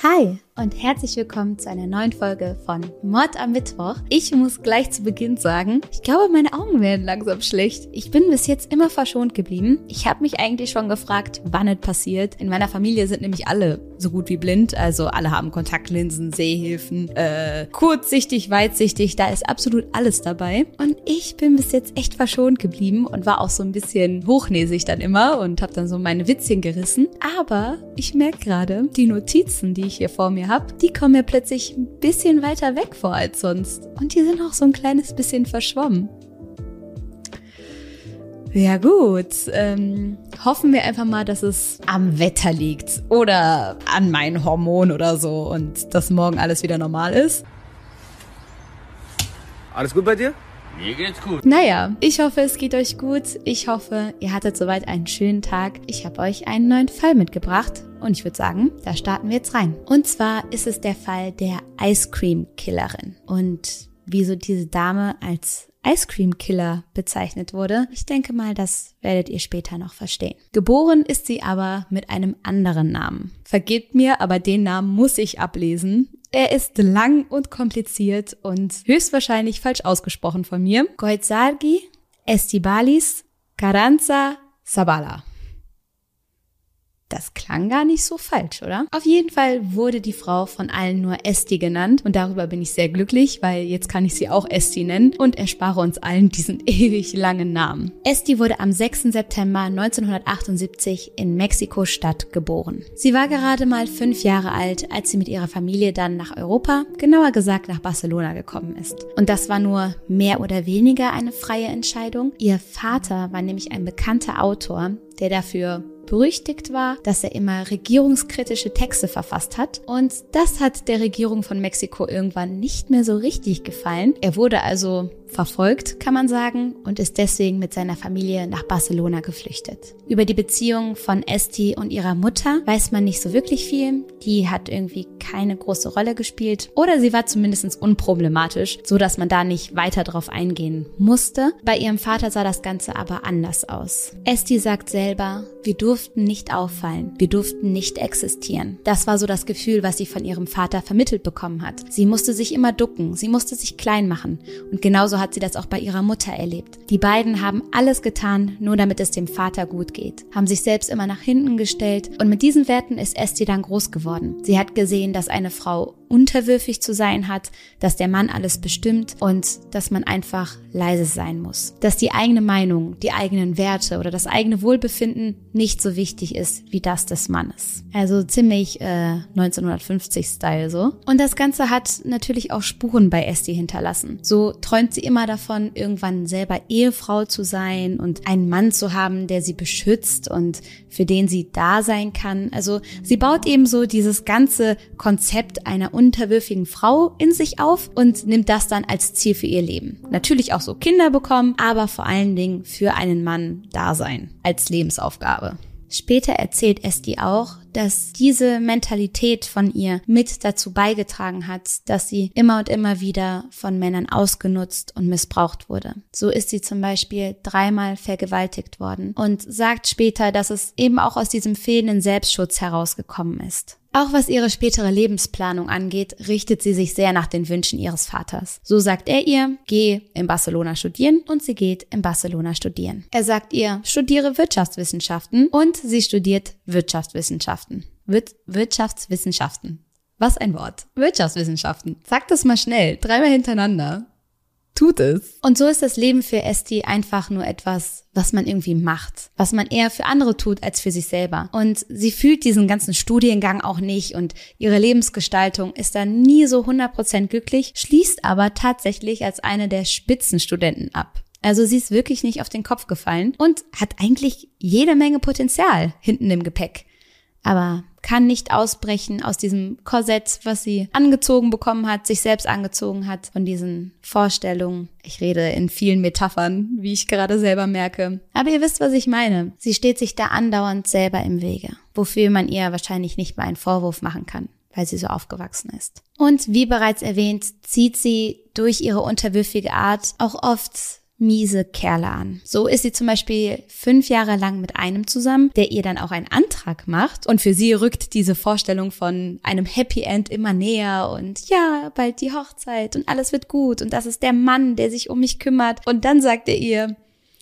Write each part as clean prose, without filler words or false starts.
Hi und herzlich willkommen zu einer neuen Folge von Mord am Mittwoch. Ich muss gleich zu Beginn sagen, ich glaube, meine Augen werden langsam schlecht. Ich bin bis jetzt immer verschont geblieben. Ich habe mich eigentlich schon gefragt, wann es passiert. In meiner Familie sind nämlich alle so gut wie blind. Also alle haben Kontaktlinsen, Sehhilfen, kurzsichtig, weitsichtig. Da ist absolut alles dabei. Und ich bin bis jetzt echt verschont geblieben und war auch so ein bisschen hochnäsig dann immer und habe dann so meine Witzchen gerissen. Aber ich merke gerade, die Notizen, die ich hier vor mir habe, die kommen mir plötzlich ein bisschen weiter weg vor als sonst. Und die sind auch so ein kleines bisschen verschwommen. Ja gut, hoffen wir einfach mal, dass es am Wetter liegt oder an meinen Hormonen oder so und dass morgen alles wieder normal ist. Alles gut bei dir? Mir geht's gut. Naja, ich hoffe, es geht euch gut. Ich hoffe, ihr hattet soweit einen schönen Tag. Ich habe euch einen neuen Fall mitgebracht und ich würde sagen, da starten wir jetzt rein. Und zwar ist es der Fall der Ice Cream Killerin. Und wieso diese Dame als Ice Cream Killer bezeichnet wurde, ich denke mal, das werdet ihr später noch verstehen. Geboren ist sie aber mit einem anderen Namen. Vergebt mir, aber den Namen muss ich ablesen. Er ist lang und kompliziert und höchstwahrscheinlich falsch ausgesprochen von mir. Goizargi Estibalis Carranza Zabala. Das klang gar nicht so falsch, oder? Auf jeden Fall wurde die Frau von allen nur Esti genannt und darüber bin ich sehr glücklich, weil jetzt kann ich sie auch Esti nennen und erspare uns allen diesen ewig langen Namen. Esti wurde am 6. September 1978 in Mexiko-Stadt geboren. Sie war gerade mal 5 Jahre alt, als sie mit ihrer Familie dann nach Europa, genauer gesagt nach Barcelona gekommen ist. Und das war nur mehr oder weniger eine freie Entscheidung. Ihr Vater war nämlich ein bekannter Autor, der dafür berüchtigt war, dass er immer regierungskritische Texte verfasst hat. Und das hat der Regierung von Mexiko irgendwann nicht mehr so richtig gefallen. Er wurde also verfolgt, kann man sagen, und ist deswegen mit seiner Familie nach Barcelona geflüchtet. Über die Beziehung von Esti und ihrer Mutter weiß man nicht so wirklich viel. Die hat irgendwie keine große Rolle gespielt oder sie war zumindest unproblematisch, so dass man da nicht weiter drauf eingehen musste. Bei ihrem Vater sah das Ganze aber anders aus. Esti sagt selber, wir durften nicht auffallen, wir durften nicht existieren. Das war so das Gefühl, was sie von ihrem Vater vermittelt bekommen hat. Sie musste sich immer ducken, sie musste sich klein machen und genauso hat sie das auch bei ihrer Mutter erlebt. Die beiden haben alles getan, nur damit es dem Vater gut geht, haben sich selbst immer nach hinten gestellt und mit diesen Werten ist Esti dann groß geworden. Sie hat gesehen, dass eine Frau unterwürfig zu sein hat, dass der Mann alles bestimmt und dass man einfach leise sein muss. Dass die eigene Meinung, die eigenen Werte oder das eigene Wohlbefinden nicht so wichtig ist wie das des Mannes. Also ziemlich 1950-Style so. Und das Ganze hat natürlich auch Spuren bei Esti hinterlassen. So träumt sie immer davon, irgendwann selber Ehefrau zu sein und einen Mann zu haben, der sie beschützt und für den sie da sein kann. Also sie baut eben so dieses ganze Konzept einer unterwürfigen Frau in sich auf und nimmt das dann als Ziel für ihr Leben. Natürlich auch so Kinder bekommen, aber vor allen Dingen für einen Mann da sein, als Lebensaufgabe. Später erzählt Esti auch, dass diese Mentalität von ihr mit dazu beigetragen hat, dass sie immer und immer wieder von Männern ausgenutzt und missbraucht wurde. So ist sie zum Beispiel 3-mal vergewaltigt worden und sagt später, dass es eben auch aus diesem fehlenden Selbstschutz herausgekommen ist. Auch was ihre spätere Lebensplanung angeht, richtet sie sich sehr nach den Wünschen ihres Vaters. So sagt er ihr, geh in Barcelona studieren und sie geht in Barcelona studieren. Er sagt ihr, studiere Wirtschaftswissenschaften und sie studiert Wirtschaftswissenschaften. Wirtschaftswissenschaften. Was ein Wort. Wirtschaftswissenschaften. Sagt das mal schnell, 3-mal hintereinander. Tut es. Und so ist das Leben für Esti einfach nur etwas, was man irgendwie macht, was man eher für andere tut als für sich selber. Und sie fühlt diesen ganzen Studiengang auch nicht und ihre Lebensgestaltung ist dann nie so 100% glücklich, schließt aber tatsächlich als eine der Spitzenstudenten ab. Also sie ist wirklich nicht auf den Kopf gefallen und hat eigentlich jede Menge Potenzial hinten im Gepäck. Aber kann nicht ausbrechen aus diesem Korsett, was sie angezogen bekommen hat, sich selbst angezogen hat, von diesen Vorstellungen. Ich rede in vielen Metaphern, wie ich gerade selber merke. Aber ihr wisst, was ich meine. Sie steht sich da andauernd selber im Wege, wofür man ihr wahrscheinlich nicht mal einen Vorwurf machen kann, weil sie so aufgewachsen ist. Und wie bereits erwähnt, zieht sie durch ihre unterwürfige Art auch oft miese Kerle an. So ist sie zum Beispiel 5 Jahre lang mit einem zusammen, der ihr dann auch einen Antrag Antrag macht. Und für sie rückt diese Vorstellung von einem Happy End immer näher und ja, bald die Hochzeit und alles wird gut und das ist der Mann, der sich um mich kümmert. Und dann sagt er ihr,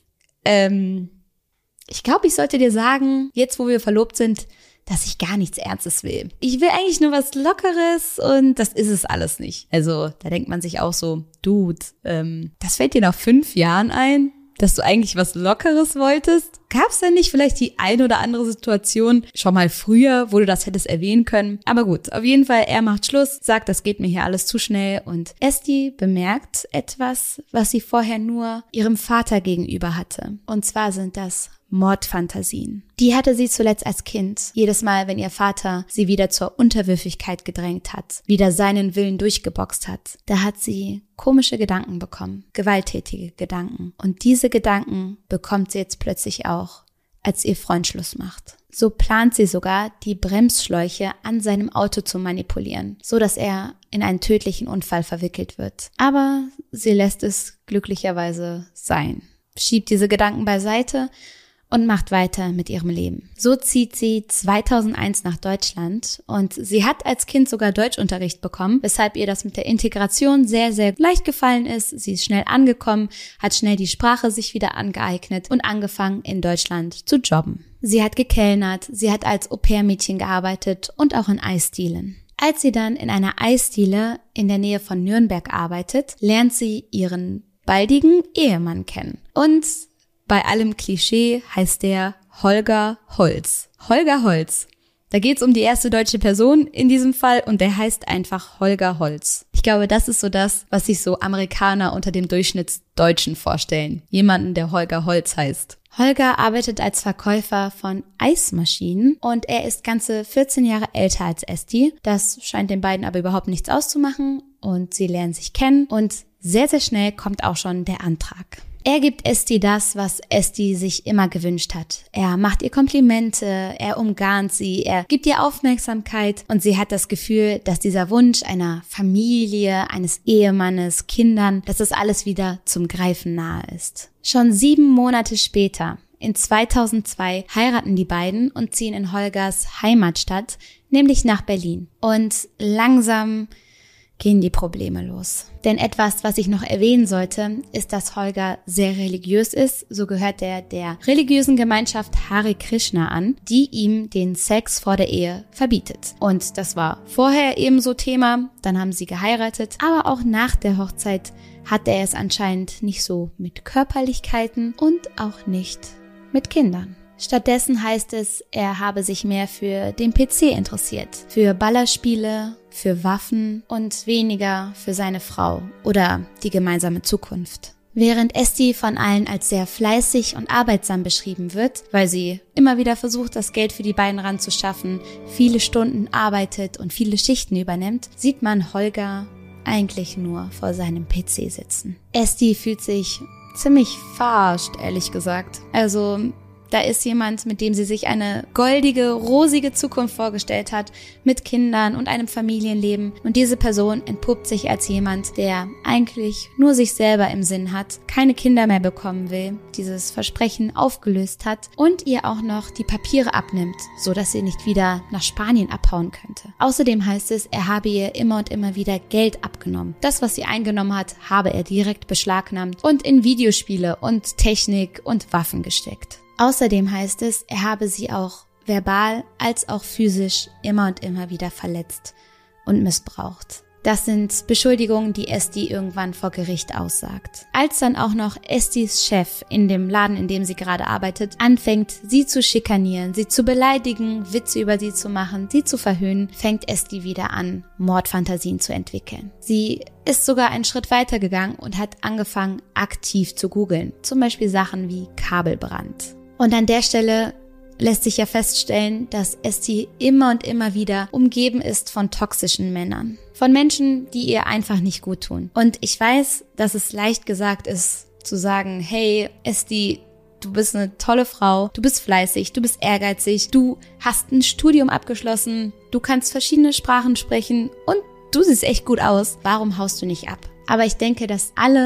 ich glaube, ich sollte dir sagen, jetzt wo wir verlobt sind, dass ich gar nichts Ernstes will. Ich will eigentlich nur was Lockeres und das ist es alles nicht. Also da denkt man sich auch so, Dude, das fällt dir nach 5 Jahren ein, dass du eigentlich was Lockeres wolltest? Gab es denn nicht vielleicht die eine oder andere Situation schon mal früher, wo du das hättest erwähnen können? Aber gut, auf jeden Fall, er macht Schluss, sagt, das geht mir hier alles zu schnell und Esti bemerkt etwas, was sie vorher nur ihrem Vater gegenüber hatte. Und zwar sind das Mordfantasien. Die hatte sie zuletzt als Kind. Jedes Mal, wenn ihr Vater sie wieder zur Unterwürfigkeit gedrängt hat, wieder seinen Willen durchgeboxt hat, da hat sie komische Gedanken bekommen, gewalttätige Gedanken. Und diese Gedanken bekommt sie jetzt plötzlich auch, als ihr Freund Schluss macht. So plant sie sogar, die Bremsschläuche an seinem Auto zu manipulieren, so dass er in einen tödlichen Unfall verwickelt wird. Aber sie lässt es glücklicherweise sein, schiebt diese Gedanken beiseite und macht weiter mit ihrem Leben. So zieht sie 2001 nach Deutschland und sie hat als Kind sogar Deutschunterricht bekommen, weshalb ihr das mit der Integration sehr, sehr leicht gefallen ist. Sie ist schnell angekommen, hat schnell die Sprache sich wieder angeeignet und angefangen in Deutschland zu jobben. Sie hat gekellnert, sie hat als Au-pair-Mädchen gearbeitet und auch in Eisdielen. Als sie dann in einer Eisdiele in der Nähe von Nürnberg arbeitet, lernt sie ihren baldigen Ehemann kennen. Und bei allem Klischee heißt der Holger Holz. Holger Holz. Da geht's um die erste deutsche Person in diesem Fall und der heißt einfach Holger Holz. Ich glaube, das ist so das, was sich so Amerikaner unter dem Durchschnittsdeutschen vorstellen. Jemanden, der Holger Holz heißt. Holger arbeitet als Verkäufer von Eismaschinen und er ist ganze 14 Jahre älter als Esti. Das scheint den beiden aber überhaupt nichts auszumachen und sie lernen sich kennen und sehr, sehr schnell kommt auch schon der Antrag. Er gibt Esti das, was Esti sich immer gewünscht hat. Er macht ihr Komplimente, er umgarnt sie, er gibt ihr Aufmerksamkeit und sie hat das Gefühl, dass dieser Wunsch einer Familie, eines Ehemannes, Kindern, dass das alles wieder zum Greifen nahe ist. Schon 7 Monate später, in 2002, heiraten die beiden und ziehen in Holgers Heimatstadt, nämlich nach Berlin. Und langsam gehen die Probleme los. Denn etwas, was ich noch erwähnen sollte, ist, dass Holger sehr religiös ist. So gehört er der religiösen Gemeinschaft Hare Krishna an, die ihm den Sex vor der Ehe verbietet. Und das war vorher ebenso Thema, dann haben sie geheiratet, aber auch nach der Hochzeit hatte er es anscheinend nicht so mit Körperlichkeiten und auch nicht mit Kindern. Stattdessen heißt es, er habe sich mehr für den PC interessiert, für Ballerspiele, für Waffen und weniger für seine Frau oder die gemeinsame Zukunft. Während Esti von allen als sehr fleißig und arbeitsam beschrieben wird, weil sie immer wieder versucht, das Geld für die beiden ranzuschaffen, viele Stunden arbeitet und viele Schichten übernimmt, sieht man Holger eigentlich nur vor seinem PC sitzen. Esti fühlt sich ziemlich verarscht, ehrlich gesagt. Also da ist jemand, mit dem sie sich eine goldige, rosige Zukunft vorgestellt hat, mit Kindern und einem Familienleben. Und diese Person entpuppt sich als jemand, der eigentlich nur sich selber im Sinn hat, keine Kinder mehr bekommen will, dieses Versprechen aufgelöst hat und ihr auch noch die Papiere abnimmt, so dass sie nicht wieder nach Spanien abhauen könnte. Außerdem heißt es, er habe ihr immer und immer wieder Geld abgenommen. Das, was sie eingenommen hat, habe er direkt beschlagnahmt und in Videospiele und Technik und Waffen gesteckt. Außerdem heißt es, er habe sie auch verbal als auch physisch immer und immer wieder verletzt und missbraucht. Das sind Beschuldigungen, die Esti irgendwann vor Gericht aussagt. Als dann auch noch Estis Chef in dem Laden, in dem sie gerade arbeitet, anfängt, sie zu schikanieren, sie zu beleidigen, Witze über sie zu machen, sie zu verhöhnen, fängt Esti wieder an, Mordfantasien zu entwickeln. Sie ist sogar einen Schritt weiter gegangen und hat angefangen, aktiv zu googeln. Zum Beispiel Sachen wie Kabelbrand. Und an der Stelle lässt sich ja feststellen, dass Esti immer und immer wieder umgeben ist von toxischen Männern. Von Menschen, die ihr einfach nicht gut tun. Und ich weiß, dass es leicht gesagt ist, zu sagen, hey, Esti, du bist eine tolle Frau, du bist fleißig, du bist ehrgeizig, du hast ein Studium abgeschlossen, du kannst verschiedene Sprachen sprechen und du siehst echt gut aus. Warum haust du nicht ab? Aber ich denke, dass alle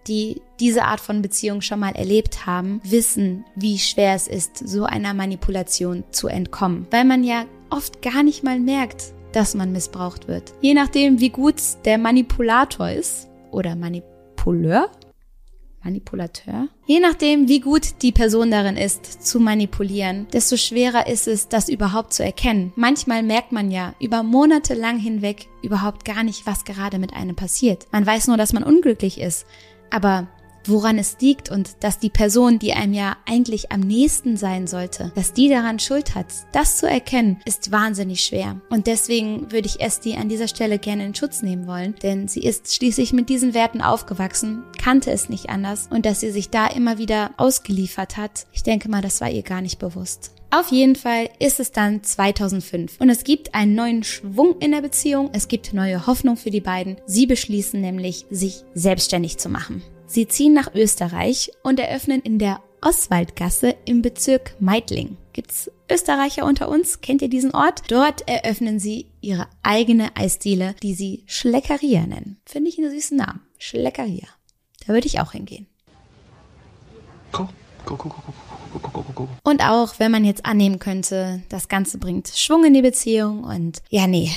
die diese Art von Beziehung schon mal erlebt haben, wissen, wie schwer es ist, so einer Manipulation zu entkommen, weil man ja oft gar nicht mal merkt, dass man missbraucht wird. Je nachdem, wie gut der Manipulator ist oder Manipulateur. Je nachdem, wie gut die Person darin ist, zu manipulieren, desto schwerer ist es, das überhaupt zu erkennen. Manchmal merkt man ja über Monate lang hinweg überhaupt gar nicht, was gerade mit einem passiert. Man weiß nur, dass man unglücklich ist, aber woran es liegt und dass die Person, die einem ja eigentlich am nächsten sein sollte, dass die daran Schuld hat, das zu erkennen, ist wahnsinnig schwer. Und deswegen würde ich Esti an dieser Stelle gerne in Schutz nehmen wollen, denn sie ist schließlich mit diesen Werten aufgewachsen, kannte es nicht anders und dass sie sich da immer wieder ausgeliefert hat, ich denke mal, das war ihr gar nicht bewusst. Auf jeden Fall ist es dann 2005 und es gibt einen neuen Schwung in der Beziehung, es gibt neue Hoffnung für die beiden. Sie beschließen nämlich, sich selbstständig zu machen. Sie ziehen nach Österreich und eröffnen in der Oswaldgasse im Bezirk Meidling. Gibt's Österreicher unter uns? Kennt ihr diesen Ort? Dort eröffnen sie ihre eigene Eisdiele, die sie Schleckeria nennen. Finde ich einen süßen Namen. Schleckeria. Da würde ich auch hingehen. Go. Und auch wenn man jetzt annehmen könnte, das Ganze bringt Schwung in die Beziehung und ja, nee.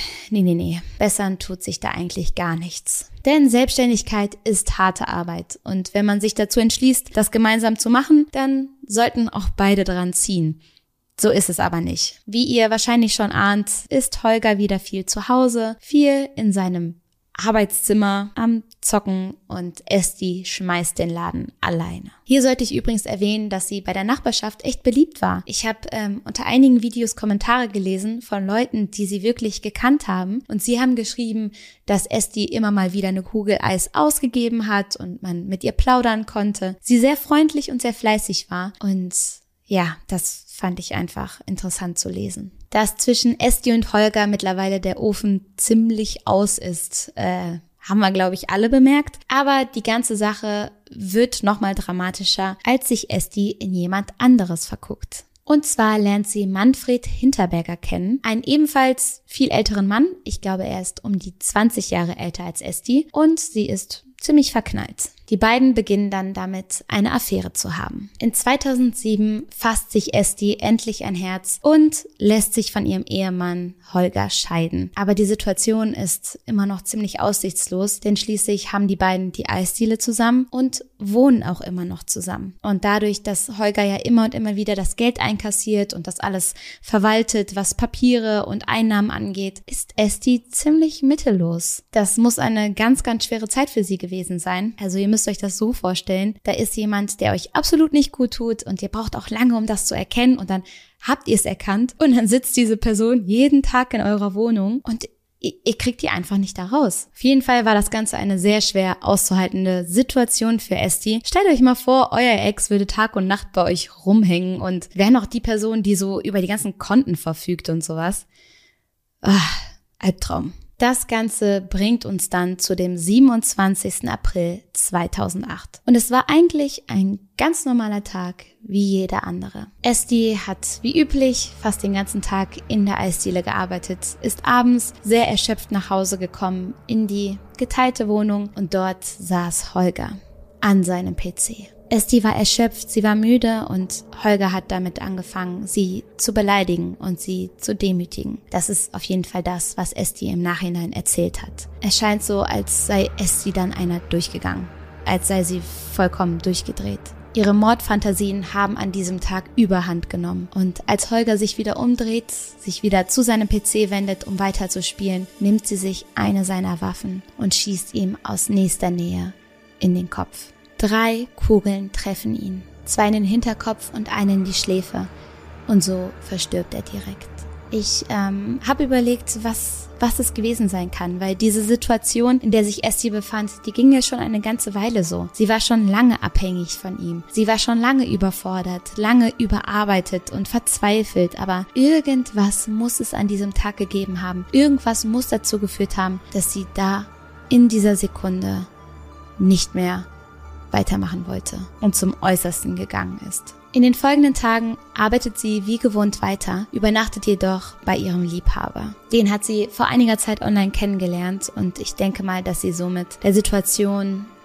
Bessern tut sich da eigentlich gar nichts. Denn Selbstständigkeit ist harte Arbeit und wenn man sich dazu entschließt, das gemeinsam zu machen, dann sollten auch beide dran ziehen. So ist es aber nicht. Wie ihr wahrscheinlich schon ahnt, ist Holger wieder viel zu Hause, viel in seinem Arbeitszimmer am Zocken und Esti schmeißt den Laden alleine. Hier sollte ich übrigens erwähnen, dass sie bei der Nachbarschaft echt beliebt war. Ich habe unter einigen Videos Kommentare gelesen von Leuten, die sie wirklich gekannt haben und sie haben geschrieben, dass Esti immer mal wieder eine Kugel Eis ausgegeben hat und man mit ihr plaudern konnte. Sie sehr freundlich und sehr fleißig war und ja, das fand ich einfach interessant zu lesen. Dass zwischen Esti und Holger mittlerweile der Ofen ziemlich aus ist, haben wir, glaube ich, alle bemerkt. Aber die ganze Sache wird nochmal dramatischer, als sich Esti in jemand anderes verguckt. Und zwar lernt sie Manfred Hinterberger kennen, einen ebenfalls viel älteren Mann. Ich glaube, er ist um die 20 Jahre älter als Esti und sie ist ziemlich verknallt. Die beiden beginnen dann damit, eine Affäre zu haben. In 2007 fasst sich Esti endlich ein Herz und lässt sich von ihrem Ehemann Holger scheiden. Aber die Situation ist immer noch ziemlich aussichtslos, denn schließlich haben die beiden die Eisdiele zusammen und wohnen auch immer noch zusammen. Und dadurch, dass Holger ja immer und immer wieder das Geld einkassiert und das alles verwaltet, was Papiere und Einnahmen angeht, ist Esti ziemlich mittellos. Das muss eine ganz, ganz schwere Zeit für sie gewesen sein. Also ihr müsst euch das so vorstellen, da ist jemand, der euch absolut nicht gut tut und ihr braucht auch lange, um das zu erkennen und dann habt ihr es erkannt und dann sitzt diese Person jeden Tag in eurer Wohnung und ihr kriegt die einfach nicht da raus. Auf jeden Fall war das Ganze eine sehr schwer auszuhaltende Situation für Esti. Stellt euch mal vor, euer Ex würde Tag und Nacht bei euch rumhängen und wäre noch die Person, die so über die ganzen Konten verfügt und sowas. Albtraum. Das Ganze bringt uns dann zu dem 27. April 2008. Und es war eigentlich ein ganz normaler Tag, wie jeder andere. Esti hat wie üblich fast den ganzen Tag in der Eisdiele gearbeitet, ist abends sehr erschöpft nach Hause gekommen in die geteilte Wohnung und dort saß Holger an seinem PC. Esti war erschöpft, sie war müde und Holger hat damit angefangen, sie zu beleidigen und sie zu demütigen. Das ist auf jeden Fall das, was Esti im Nachhinein erzählt hat. Es scheint so, als sei Esti dann einer durchgegangen, als sei sie vollkommen durchgedreht. Ihre Mordfantasien haben an diesem Tag Überhand genommen und als Holger sich wieder umdreht, sich wieder zu seinem PC wendet, um weiter zu spielen, nimmt sie sich eine seiner Waffen und schießt ihm aus nächster Nähe in den Kopf. 3 Kugeln treffen ihn, 2 in den Hinterkopf und eine in die Schläfe und so verstirbt er direkt. Ich habe überlegt, was es gewesen sein kann, weil diese Situation, in der sich Esti befand, die ging ja schon eine ganze Weile so. Sie war schon lange abhängig von ihm. Sie war schon lange überfordert, lange überarbeitet und verzweifelt, aber irgendwas muss es an diesem Tag gegeben haben. Irgendwas muss dazu geführt haben, dass sie da in dieser Sekunde nicht mehr weitermachen wollte und zum Äußersten gegangen ist. In den folgenden Tagen arbeitet sie wie gewohnt weiter, übernachtet jedoch bei ihrem Liebhaber. Den hat sie vor einiger Zeit online kennengelernt und ich denke mal, dass sie somit der Situation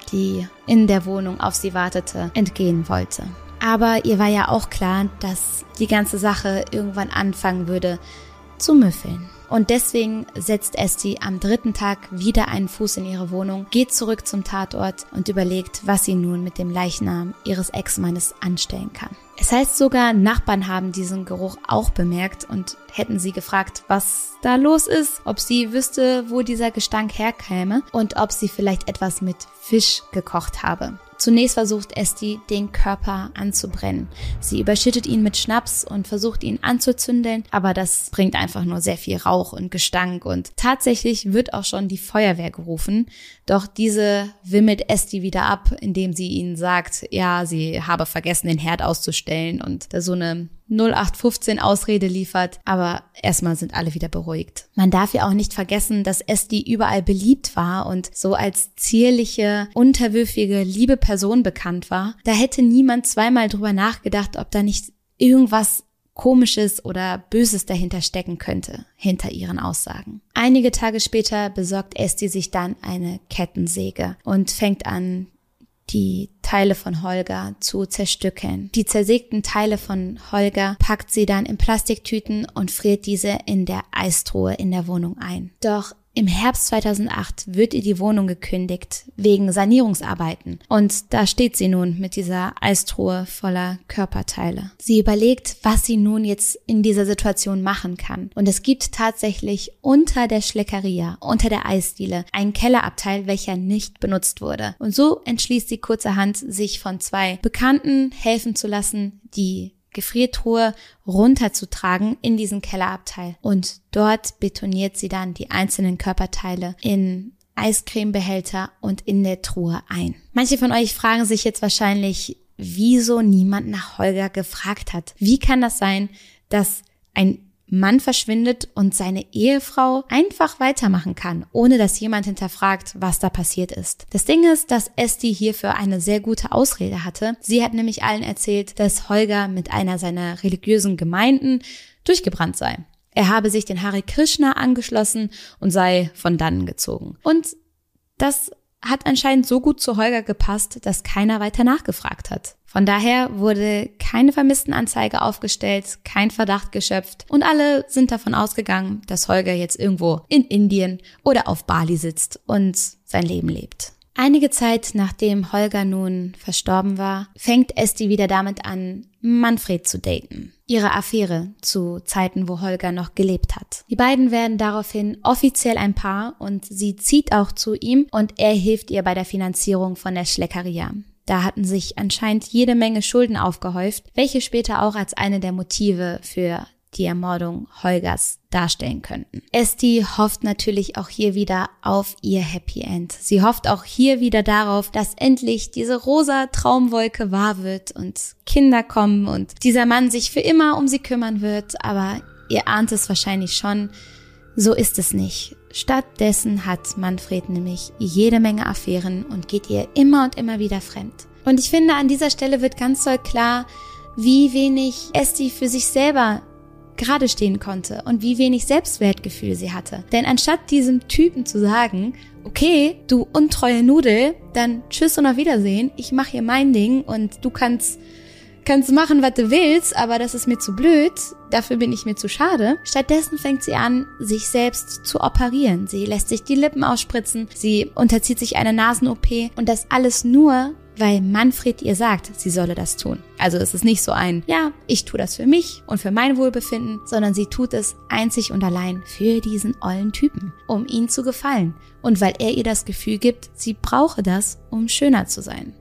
die in der Wohnung auf sie wartete, entgehen wollte. Aber ihr war ja auch klar, dass die ganze Sache irgendwann anfangen würde zu müffeln. Und deswegen setzt Esti am 3. Tag wieder einen Fuß in ihre Wohnung, geht zurück zum Tatort und überlegt, was sie nun mit dem Leichnam ihres Ex-Mannes anstellen kann. Es heißt sogar, Nachbarn haben diesen Geruch auch bemerkt und hätten sie gefragt, was da los ist, ob sie wüsste, wo dieser Gestank herkäme und ob sie vielleicht etwas mit Fisch gekocht habe. Zunächst versucht Esti, den Körper anzubrennen. Sie überschüttet ihn mit Schnaps und versucht, ihn anzuzündeln, aber das bringt einfach nur sehr viel Rauch und Gestank und tatsächlich wird auch schon die Feuerwehr gerufen. Doch diese wimmelt Esti wieder ab, indem sie ihnen sagt, ja, sie habe vergessen, den Herd auszustellen und da so eine 0815 Ausrede liefert, aber erstmal sind alle wieder beruhigt. Man darf ja auch nicht vergessen, dass Esti überall beliebt war und so als zierliche, unterwürfige, liebe Person bekannt war. Da hätte niemand zweimal drüber nachgedacht, ob da nicht irgendwas Komisches oder Böses dahinter stecken könnte, hinter ihren Aussagen. Einige Tage später besorgt Esti sich dann eine Kettensäge und fängt an, die Teile von Holger zu zerstückeln. Die zersägten Teile von Holger packt sie dann in Plastiktüten und friert diese in der Eistruhe in der Wohnung ein. Doch im Herbst 2008 wird ihr die Wohnung gekündigt wegen Sanierungsarbeiten und da steht sie nun mit dieser Eistruhe voller Körperteile. Sie überlegt, was sie nun jetzt in dieser Situation machen kann und es gibt tatsächlich unter der Schleckeria, unter der Eisdiele, einen Kellerabteil, welcher nicht benutzt wurde. Und so entschließt sie kurzerhand, sich von 2 Bekannten helfen zu lassen, die Gefriertruhe runterzutragen in diesen Kellerabteil. Und dort betoniert sie dann die einzelnen Körperteile in Eiscremebehälter und in der Truhe ein. Manche von euch fragen sich jetzt wahrscheinlich, wieso niemand nach Holger gefragt hat. Wie kann das sein, dass ein Mann verschwindet und seine Ehefrau einfach weitermachen kann, ohne dass jemand hinterfragt, was da passiert ist. Das Ding ist, dass Esti hierfür eine sehr gute Ausrede hatte. Sie hat nämlich allen erzählt, dass Holger mit einer seiner religiösen Gemeinden durchgebrannt sei. Er habe sich den Hare Krishna angeschlossen und sei von dannen gezogen. Und das hat anscheinend so gut zu Holger gepasst, dass keiner weiter nachgefragt hat. Von daher wurde keine Vermisstenanzeige aufgestellt, kein Verdacht geschöpft und alle sind davon ausgegangen, dass Holger jetzt irgendwo in Indien oder auf Bali sitzt und sein Leben lebt. Einige Zeit nachdem Holger nun verstorben war, fängt Esti wieder damit an, Manfred zu daten. Ihre Affäre zu Zeiten, wo Holger noch gelebt hat. Die beiden werden daraufhin offiziell ein Paar und sie zieht auch zu ihm und er hilft ihr bei der Finanzierung von der Schleckeria. Da hatten sich anscheinend jede Menge Schulden aufgehäuft, welche später auch als eine der Motive für die Ermordung Holgers darstellen könnten. Esti hofft natürlich auch hier wieder auf ihr Happy End. Sie hofft auch hier wieder darauf, dass endlich diese rosa Traumwolke wahr wird und Kinder kommen und dieser Mann sich für immer um sie kümmern wird. Aber ihr ahnt es wahrscheinlich schon, so ist es nicht. Stattdessen hat Manfred nämlich jede Menge Affären und geht ihr immer und immer wieder fremd. Und ich finde, an dieser Stelle wird ganz doll klar, wie wenig Esti für sich selber gerade stehen konnte und wie wenig Selbstwertgefühl sie hatte. Denn anstatt diesem Typen zu sagen, okay, du untreue Nudel, dann tschüss und auf Wiedersehen, ich mache hier mein Ding und du kannst machen, was du willst, aber das ist mir zu blöd, dafür bin ich mir zu schade. Stattdessen fängt sie an, sich selbst zu operieren. Sie lässt sich die Lippen ausspritzen, sie unterzieht sich einer Nasen-OP und das alles nur, weil Manfred ihr sagt, sie solle das tun. Also es ist nicht so ein, ja, ich tue das für mich und für mein Wohlbefinden, sondern sie tut es einzig und allein für diesen ollen Typen, um ihm zu gefallen und weil er ihr das Gefühl gibt, sie brauche das, um schöner zu sein.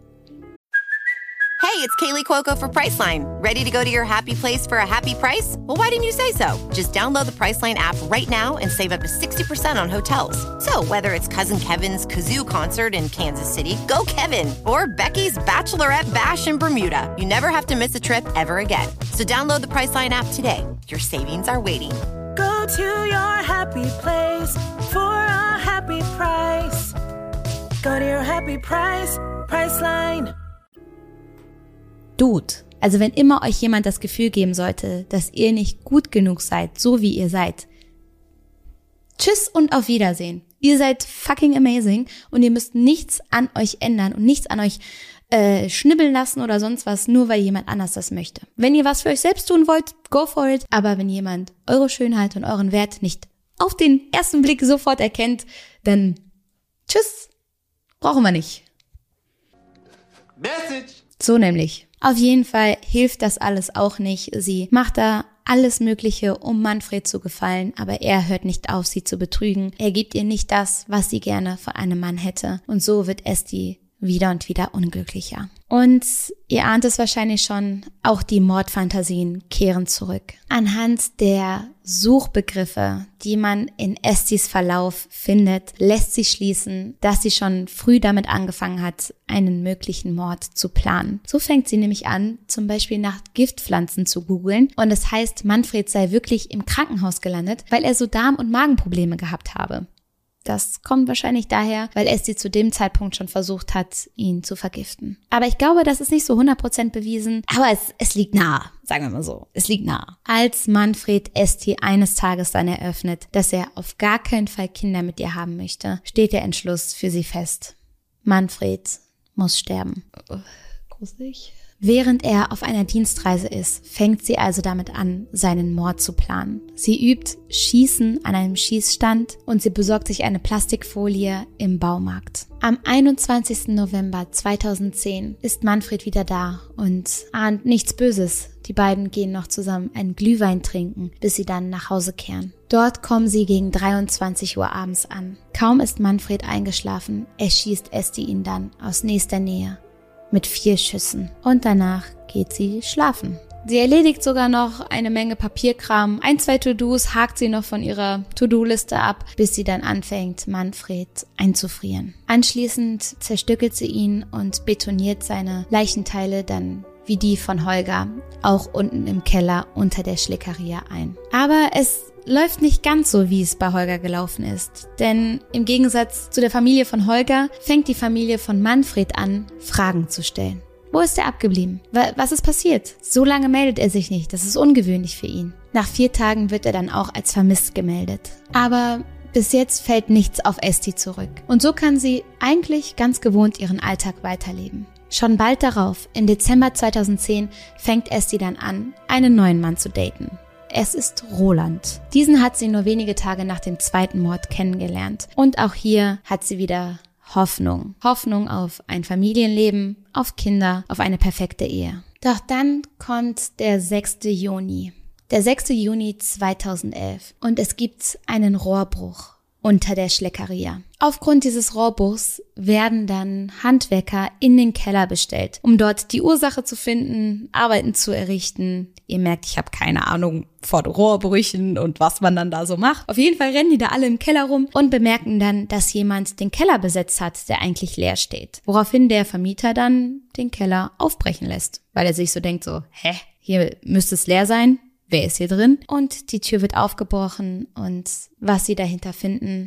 Hey, it's Kaylee Cuoco for Priceline. Ready to go to your happy place for a happy price? Well, why didn't you say so? Just download the Priceline app right now and save up to 60% on hotels. So whether it's Cousin Kevin's Kazoo Concert in Kansas City, go Kevin, or Becky's Bachelorette Bash in Bermuda, you never have to miss a trip ever again. So download the Priceline app today. Your savings are waiting. Go to your happy place for a happy price. Go to your happy price, Priceline. Dude. Also wenn immer euch jemand das Gefühl geben sollte, dass ihr nicht gut genug seid, so wie ihr seid, Tschüss und auf Wiedersehen. Ihr seid fucking amazing und ihr müsst nichts an euch ändern und nichts an euch schnibbeln lassen oder sonst was, nur weil jemand anders das möchte. Wenn ihr was für euch selbst tun wollt, go for it. Aber wenn jemand eure Schönheit und euren Wert nicht auf den ersten Blick sofort erkennt, dann tschüss, brauchen wir nicht. Message! So nämlich. Auf jeden Fall hilft das alles auch nicht. Sie macht da alles Mögliche, um Manfred zu gefallen, aber er hört nicht auf, sie zu betrügen. Er gibt ihr nicht das, was sie gerne von einem Mann hätte. Und so wird Esti wieder und wieder unglücklicher. Und ihr ahnt es wahrscheinlich schon, auch die Mordfantasien kehren zurück. Anhand der Suchbegriffe, die man in Estis Verlauf findet, lässt sich schließen, dass sie schon früh damit angefangen hat, einen möglichen Mord zu planen. So fängt sie nämlich an, zum Beispiel nach Giftpflanzen zu googeln und es heißt, Manfred sei wirklich im Krankenhaus gelandet, weil er so Darm- und Magenprobleme gehabt habe. Das kommt wahrscheinlich daher, weil Esti zu dem Zeitpunkt schon versucht hat, ihn zu vergiften. Aber ich glaube, das ist nicht so 100% bewiesen. Aber es liegt nahe, sagen wir mal so. Es liegt nahe. Als Manfred Esti eines Tages dann eröffnet, dass er auf gar keinen Fall Kinder mit ihr haben möchte, steht der Entschluss für sie fest. Manfred muss sterben. Gruselig. Während er auf einer Dienstreise ist, fängt sie also damit an, seinen Mord zu planen. Sie übt Schießen an einem Schießstand und sie besorgt sich eine Plastikfolie im Baumarkt. Am 21. November 2010 ist Manfred wieder da und ahnt nichts Böses. Die beiden gehen noch zusammen einen Glühwein trinken, bis sie dann nach Hause kehren. Dort kommen sie gegen 23 Uhr abends an. Kaum ist Manfred eingeschlafen, erschießt Esti ihn dann aus nächster Nähe. Mit 4 Schüssen. Und danach geht sie schlafen. Sie erledigt sogar noch eine Menge Papierkram. 1, 2 To-Dos hakt sie noch von ihrer To-Do-Liste ab, bis sie dann anfängt, Manfred einzufrieren. Anschließend zerstückelt sie ihn und betoniert seine Leichenteile dann wie die von Holger auch unten im Keller unter der Schlickeria ein. Aber es läuft nicht ganz so, wie es bei Holger gelaufen ist. Denn im Gegensatz zu der Familie von Holger fängt die Familie von Manfred an, Fragen zu stellen. Wo ist er abgeblieben? Was ist passiert? So lange meldet er sich nicht. Das ist ungewöhnlich für ihn. Nach 4 Tagen wird er dann auch als vermisst gemeldet. Aber bis jetzt fällt nichts auf Esti zurück. Und so kann sie eigentlich ganz gewohnt ihren Alltag weiterleben. Schon bald darauf, im Dezember 2010, fängt Esti dann an, einen neuen Mann zu daten. Es ist Roland. Diesen hat sie nur wenige Tage nach dem zweiten Mord kennengelernt. Und auch hier hat sie wieder Hoffnung. Hoffnung auf ein Familienleben, auf Kinder, auf eine perfekte Ehe. Doch dann kommt der 6. Juni. Der 6. Juni 2011. Und es gibt einen Rohrbruch unter der Schleckeria. Aufgrund dieses Rohrbruchs werden dann Handwerker in den Keller bestellt, um dort die Ursache zu finden, Arbeiten zu errichten. Ihr merkt, ich habe keine Ahnung von Rohrbrüchen und was man dann da so macht. Auf jeden Fall rennen die da alle im Keller rum und bemerken dann, dass jemand den Keller besetzt hat, der eigentlich leer steht. Woraufhin der Vermieter dann den Keller aufbrechen lässt, weil er sich so denkt so, hier müsste es leer sein. Wer ist hier drin? Und die Tür wird aufgebrochen und was sie dahinter finden,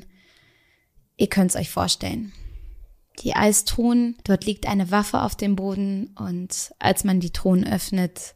ihr könnt es euch vorstellen. Die Eistruhen, dort liegt eine Waffe auf dem Boden und als man die Truhen öffnet,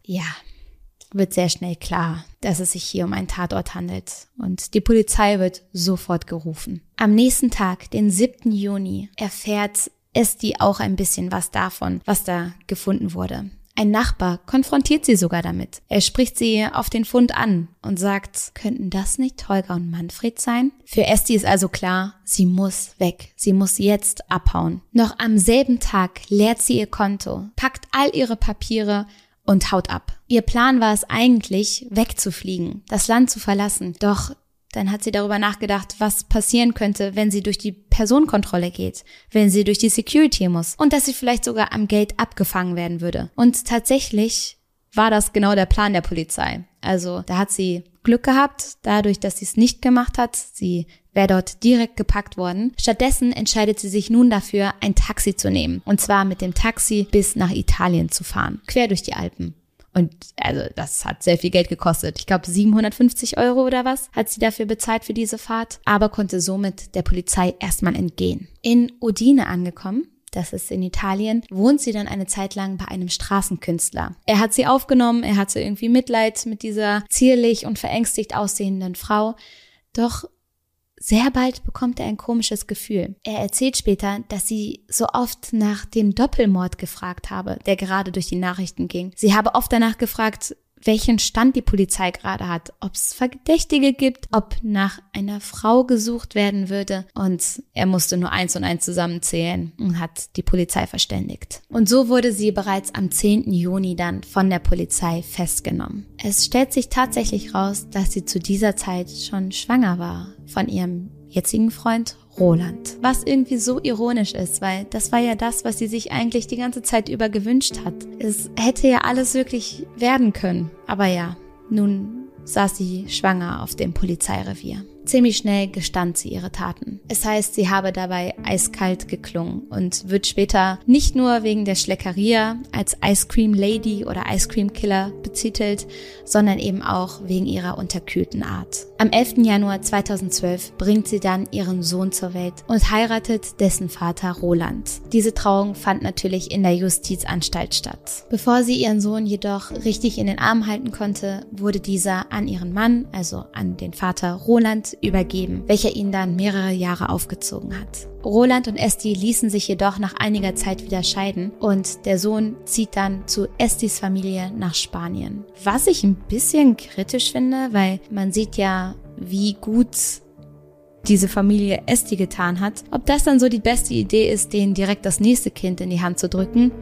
wird sehr schnell klar, dass es sich hier um einen Tatort handelt und die Polizei wird sofort gerufen. Am nächsten Tag, den 7. Juni, erfährt Esti auch ein bisschen was davon, was da gefunden wurde. Ein Nachbar konfrontiert sie sogar damit. Er spricht sie auf den Fund an und sagt, könnten das nicht Holger und Manfred sein? Für Esti ist also klar, sie muss weg. Sie muss jetzt abhauen. Noch am selben Tag leert sie ihr Konto, packt all ihre Papiere und haut ab. Ihr Plan war es eigentlich, wegzufliegen, das Land zu verlassen. Doch dann hat sie darüber nachgedacht, was passieren könnte, wenn sie durch die Personenkontrolle geht, wenn sie durch die Security muss und dass sie vielleicht sogar am Gate abgefangen werden würde. Und tatsächlich war das genau der Plan der Polizei. Also da hat sie Glück gehabt, dadurch, dass sie es nicht gemacht hat. Sie wäre dort direkt gepackt worden. Stattdessen entscheidet sie sich nun dafür, ein Taxi zu nehmen. Und zwar mit dem Taxi bis nach Italien zu fahren, quer durch die Alpen. Und also das hat sehr viel Geld gekostet. Ich glaube 750 € oder was hat sie dafür bezahlt für diese Fahrt, aber konnte somit der Polizei erstmal entgehen. In Udine angekommen, das ist in Italien, wohnt sie dann eine Zeit lang bei einem Straßenkünstler. Er hat sie aufgenommen, er hatte irgendwie Mitleid mit dieser zierlich und verängstigt aussehenden Frau. Doch sehr bald bekommt er ein komisches Gefühl. Er erzählt später, dass sie so oft nach dem Doppelmord gefragt habe, der gerade durch die Nachrichten ging. Sie habe oft danach gefragt, welchen Stand die Polizei gerade hat, ob es Verdächtige gibt, ob nach einer Frau gesucht werden würde. Und er musste nur 1 und 1 zusammenzählen und hat die Polizei verständigt. Und so wurde sie bereits am 10. Juni dann von der Polizei festgenommen. Es stellt sich tatsächlich raus, dass sie zu dieser Zeit schon schwanger war von ihrem jetzigen Freund Roland. Was irgendwie so ironisch ist, weil das war ja das, was sie sich eigentlich die ganze Zeit über gewünscht hat. Es hätte ja alles wirklich werden können. Aber ja, nun saß sie schwanger auf dem Polizeirevier. Ziemlich schnell gestand sie ihre Taten. Es heißt, sie habe dabei eiskalt geklungen und wird später nicht nur wegen der Schleckeria als Ice Cream Lady oder Ice Cream Killer betitelt, sondern eben auch wegen ihrer unterkühlten Art. Am 11. Januar 2012 bringt sie dann ihren Sohn zur Welt und heiratet dessen Vater Roland. Diese Trauung fand natürlich in der Justizanstalt statt. Bevor sie ihren Sohn jedoch richtig in den Arm halten konnte, wurde dieser an ihren Mann, also an den Vater Roland, übergeben, welcher ihn dann mehrere Jahre aufgezogen hat. Roland und Esti ließen sich jedoch nach einiger Zeit wieder scheiden und der Sohn zieht dann zu Estis Familie nach Spanien. Was ich ein bisschen kritisch finde, weil man sieht ja, wie gut diese Familie Esti getan hat. Ob das dann so die beste Idee ist, denen direkt das nächste Kind in die Hand zu drücken,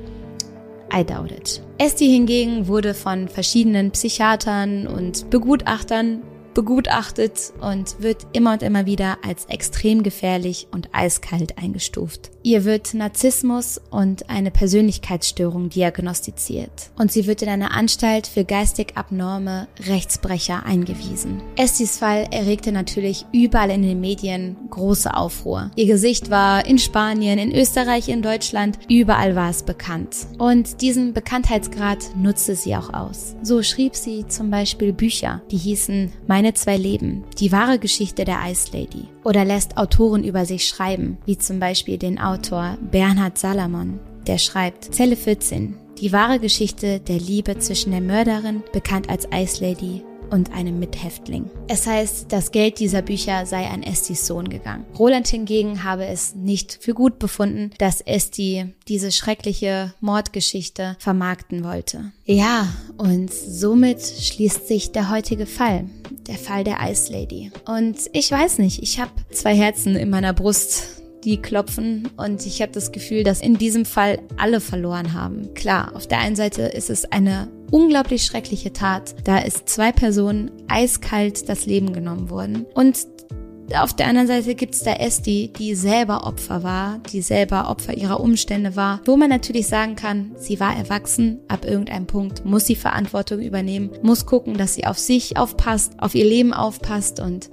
I doubt it. Esti hingegen wurde von verschiedenen Psychiatern und Begutachtern begutachtet und wird immer und immer wieder als extrem gefährlich und eiskalt eingestuft. Ihr wird Narzissmus und eine Persönlichkeitsstörung diagnostiziert und sie wird in eine Anstalt für geistig abnorme Rechtsbrecher eingewiesen. Estis Fall erregte natürlich überall in den Medien große Aufruhr. Ihr Gesicht war in Spanien, in Österreich, in Deutschland, überall war es bekannt. Und diesen Bekanntheitsgrad nutzte sie auch aus. So schrieb sie zum Beispiel Bücher, die hießen Meine 2 Leben, die wahre Geschichte der Ice Lady. Oder lässt Autoren über sich schreiben, wie zum Beispiel den Autor Bernhard Salamon, der schreibt Zelle 14, die wahre Geschichte der Liebe zwischen der Mörderin, bekannt als Ice Lady, und einem Mithäftling. Es heißt, das Geld dieser Bücher sei an Estis Sohn gegangen. Roland hingegen habe es nicht für gut befunden, dass Esti diese schreckliche Mordgeschichte vermarkten wollte. Ja, und somit schließt sich der heutige Fall. Der Fall der Ice Lady. Und ich weiß nicht, ich habe 2 Herzen in meiner Brust, die klopfen und ich habe das Gefühl, dass in diesem Fall alle verloren haben. Klar, auf der einen Seite ist es eine unglaublich schreckliche Tat. Da ist 2 Personen eiskalt das Leben genommen worden. Und auf der anderen Seite gibt's da Esti, die selber Opfer war, die selber Opfer ihrer Umstände war, wo man natürlich sagen kann, sie war erwachsen, ab irgendeinem Punkt muss sie Verantwortung übernehmen, muss gucken, dass sie auf sich aufpasst, auf ihr Leben aufpasst und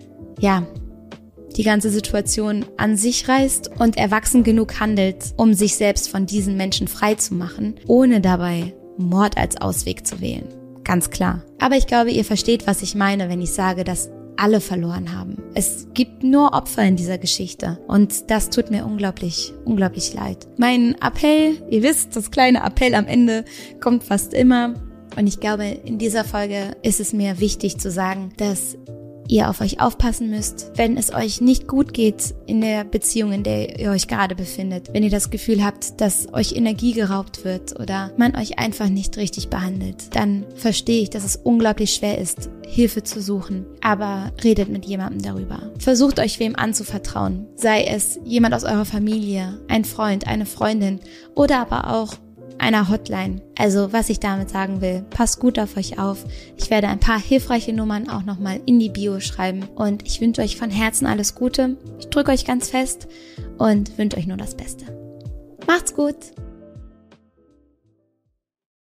ja, die ganze Situation an sich reißt und erwachsen genug handelt, um sich selbst von diesen Menschen frei zu machen, ohne dabei Mord als Ausweg zu wählen. Ganz klar. Aber ich glaube, ihr versteht, was ich meine, wenn ich sage, dass alle verloren haben. Es gibt nur Opfer in dieser Geschichte und das tut mir unglaublich, unglaublich leid. Mein Appell, ihr wisst, das kleine Appell am Ende kommt fast immer und ich glaube, in dieser Folge ist es mir wichtig zu sagen, dass ihr auf euch aufpassen müsst, wenn es euch nicht gut geht in der Beziehung, in der ihr euch gerade befindet. Wenn ihr das Gefühl habt, dass euch Energie geraubt wird oder man euch einfach nicht richtig behandelt, dann verstehe ich, dass es unglaublich schwer ist, Hilfe zu suchen. Aber redet mit jemandem darüber. Versucht euch wem anzuvertrauen. Sei es jemand aus eurer Familie, ein Freund, eine Freundin oder aber auch einer Hotline. Also was ich damit sagen will, passt gut auf euch auf. Ich werde ein paar hilfreiche Nummern auch nochmal in die Bio schreiben und ich wünsche euch von Herzen alles Gute. Ich drücke euch ganz fest und wünsche euch nur das Beste. Macht's gut!